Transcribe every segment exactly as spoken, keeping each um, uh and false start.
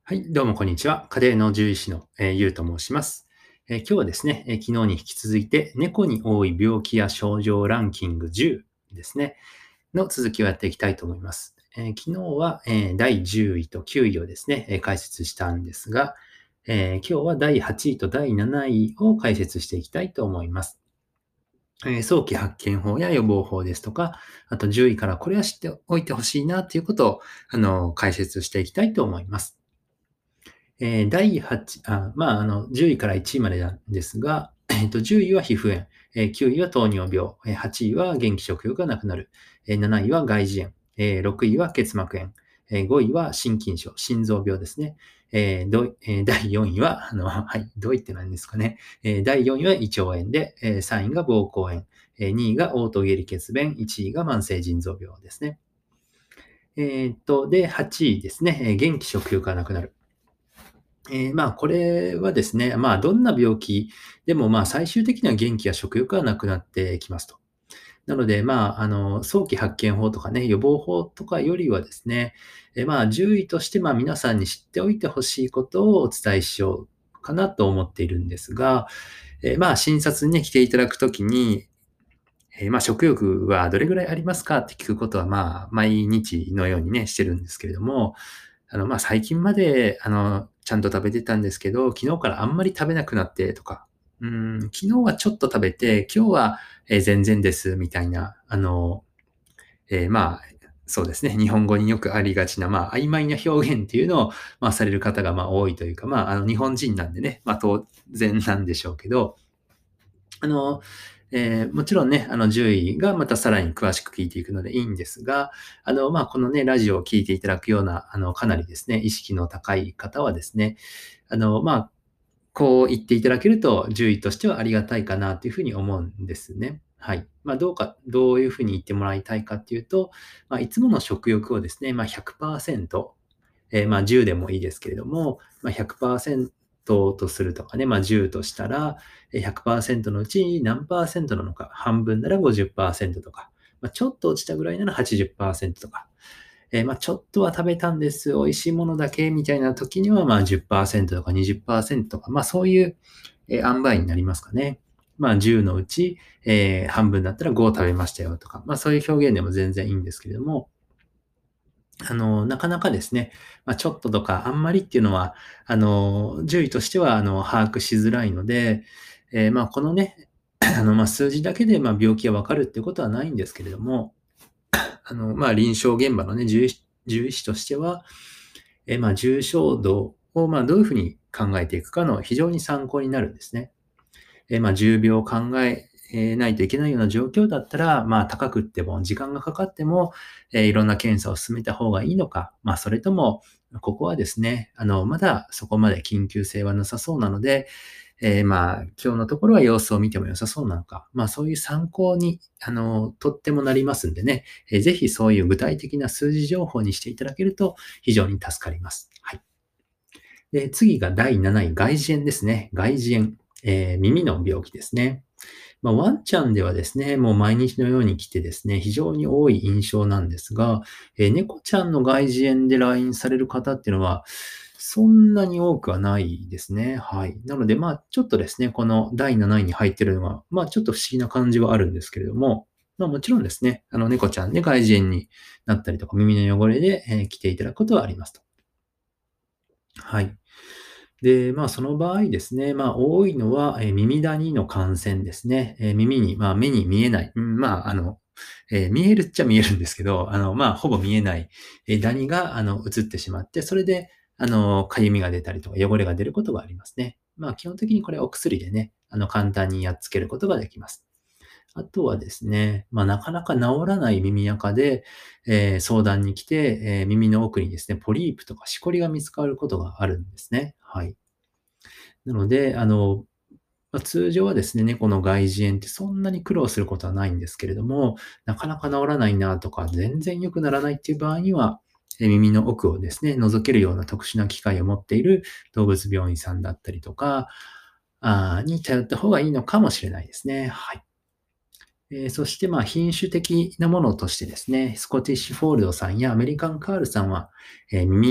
はい、どうもこんにちは。家庭の獣医師の、えーゆうと申します、えー今日はですね、えー昨日に引き続いて、猫に多い病気や症状ランキングじゅうですね、の続きをやっていきたいと思います。えー昨日は、えーだいじゅういときゅういをですね、えー解説したんですが、えー今日はだいはちいとだいなないを解説していきたいと思います。えー早期発見法や予防法ですとか、あとじゅういからこれは知っておいてほしいなということを、あの、解説していきたいと思います。えー、だいはち、あ、まあ、あの、じゅういからいちいまでなんですが、えっと、じゅういは皮膚炎、えーきゅういは糖尿病、えーはちいは元気食欲がなくなる、えーなないは外耳炎、えーろくいは結膜炎、えーごいは心筋症、心臓病ですね。えーどえーだいよんいは、あの、はい、どういって何ですかね。えーだいよんいは胃腸炎で、えーさんいが膀胱炎、えーにいが嘔吐下痢血便、いちいが慢性腎臓病ですね。えーっと、で、はちいですね。えー元気食欲がなくなる。えー、まあ、これはですね、まあ、どんな病気でも、まあ、最終的には元気や食欲がなくなってきますと。なので、まあ、あの、早期発見法とかね、予防法とかよりはですね、えーまあ、獣医として、まあ、皆さんに知っておいてほしいことをお伝えしようかなと思っているんですが、えーまあ、診察にね、来ていただくときに、えーまあ、食欲はどれぐらいありますかって聞くことは、まあ、毎日のようにね、してるんですけれども、あの、まあ、最近まで、あの、ちゃんと食べてたんですけど、昨日からあんまり食べなくなってとか、うーん、昨日はちょっと食べて、今日は、えー全然ですみたいな、あの、えーまあ、そうですね。日本語によくありがちな、まあ、曖昧な表現っていうのを、まあ、される方が、まあ、多いというか、まあ、あの、日本人なんでね、まあ、当然なんでしょうけど、あの、えーもちろんね、あの、獣医がまたさらに詳しく聞いていくのでいいんですが、あの、まあ、このね、ラジオを聞いていただくような、あの、かなりですね、意識の高い方はですね、あの、まあ、こう言っていただけると、獣医としてはありがたいかなというふうに思うんですね。はい。まあ、どうか、どういうふうに言ってもらいたいかっていうと、まあ、いつもの食欲をですね、まあ、ひゃくパーセント、えーまあじゅうでもいいですけれども、まあ、ひゃくパーセントとするとかね、まあじゅうとしたら、ひゃくパーセントのうち何パーセントなのか、半分ならごじゅっパーセントとか、まあ、ちょっと落ちたぐらいならはちじゅっパーセントとか、えーまあちょっとは食べたんです、美味しいものだけみたいな時には、まあじゅっパーセントとかにじゅっパーセントとか、まあそういう、えー塩梅になりますかね。まあじゅうのうち、えー半分だったらごを食べましたよとか、まあそういう表現でも全然いいんですけれども、あの、なかなかですね、まあ、ちょっととかあんまりっていうのは、あの、獣医としては、あの、把握しづらいので、えーまあ、このね、あの、まあ、数字だけで、まあ、病気がわかるっていうことはないんですけれども、あの、まあ、臨床現場のね、獣医師獣医師としては、えーまあ、重症度を、まあ、どういうふうに考えていくかの非常に参考になるんですね。えーまあ、重病を考えないといけないような状況だったら、まあ、高くっても、時間がかかっても、えーいろんな検査を進めた方がいいのか、まあ、それとも、ここはですね、あの、まだそこまで緊急性はなさそうなので、えーまあ、今日のところは様子を見ても良さそうなのか、まあ、そういう参考に、あの、とってもなりますんでね、えーぜひそういう具体的な数字情報にしていただけると非常に助かります。はい。で、次がだいなない、外耳炎ですね。外耳炎。えー耳の病気ですね。まあ、ワンちゃんではですね、もう毎日のように来てですね、非常に多い印象なんですが、えー猫ちゃんの外耳炎で来院される方っていうのは、そんなに多くはないですね。はい。なので、まあ、ちょっとですね、このだいなないに入ってるのは、まあ、ちょっと不思議な感じはあるんですけれども、まあ、もちろんですね、あの、猫ちゃんで外耳炎になったりとか、耳の汚れで、えー来ていただくことはありますと。はい。で、まあ、その場合ですね、まあ、多いのは、えー耳ダニの感染ですね。えー耳に、まあ、目に見えない、うん、まあ、あの、えー見えるっちゃ見えるんですけど、あの、まあ、ほぼ見えない、えーダニが、あの、移ってしまって、それで、あの、かゆみが出たりとか、汚れが出ることがありますね。まあ、基本的にこれお薬でね、あの、簡単にやっつけることができます。あとはですね、まあ、なかなか治らない耳垢で、えー相談に来て、えー耳の奥にですね、ポリープとかシコリが見つかることがあるんですね。はい。なので、あの、まあ、通常はですね、猫の外耳炎ってそんなに苦労することはないんですけれども、なかなか治らないなとか、全然良くならないっていう場合には、え耳の奥をですね、覗けるような特殊な機械を持っている動物病院さんだったりとか、あーに頼った方がいいのかもしれないですね。はい。えーそして、まあ、品種的なものとしてですね、スコティッシュフォールドさんやアメリカンカールさんは、えー耳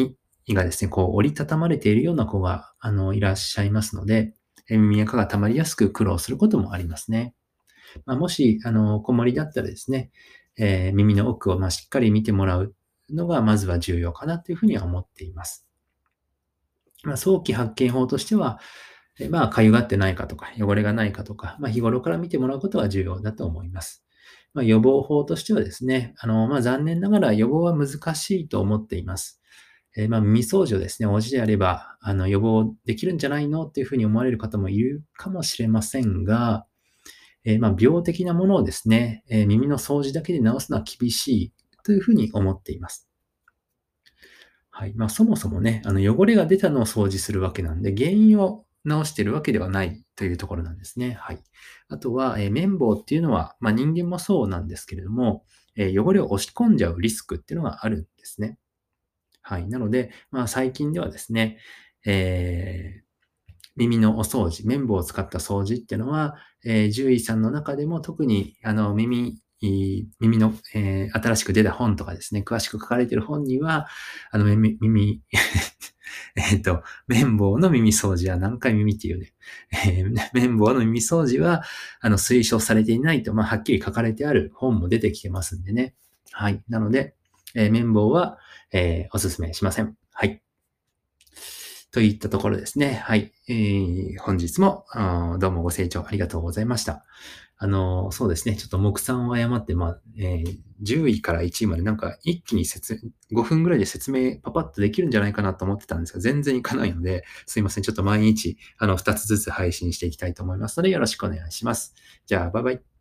がですね、こう折りたたまれているような子が、あの、いらっしゃいますので、え、耳垢が溜まりやすく苦労することもありますね。まあ、もし、あの、お困りだったらですね、えー耳の奥を、ま、しっかり見てもらうのがまずは重要かなというふうには思っています。まあ、早期発見法としては、え、まあ、痒がってないかとか、汚れがないかとか、まあ、日頃から見てもらうことは重要だと思います。まあ、予防法としてはですね、あの、まあ、残念ながら予防は難しいと思っています。えーまあ、耳掃除をですね、お家であれば、あの、予防できるんじゃないのっていうふうに思われる方もいるかもしれませんが、えーまあ、病的なものをですね、えー耳の掃除だけで治すのは厳しいというふうに思っています。はい。まあ、そもそもね、あの、汚れが出たのを掃除するわけなんで、原因を直しているわけではないというところなんですね。はい。あとは、えー綿棒っていうのは、まあ、人間もそうなんですけれども、えー汚れを押し込んじゃうリスクっていうのがあるんですね。はい。なので、まあ、最近ではですね、えー耳のお掃除、綿棒を使った掃除っていうのは、えー獣医さんの中でも特に、あの、耳、い耳の、えー新しく出た本とかですね、詳しく書かれている本には、あの、耳、耳えっと、綿棒の耳掃除は何回耳っていうね、えー綿棒の耳掃除は、あの、推奨されていないと、まあ、はっきり書かれてある本も出てきてますんでね。はい。なので、えー綿棒は、えーおすすめしません。はい。といったところですね。はい。えー、本日も、あーどうもご清聴ありがとうございました。あの、そうですね。ちょっと目算を誤って、まあ、えーじゅういからいちいまでなんか一気に説、ごふんぐらいで説明パパッとできるんじゃないかなと思ってたんですが、全然いかないので、すいません。ちょっと毎日、あの、ふたつずつ配信していきたいと思いますので、よろしくお願いします。じゃあ、バイバイ。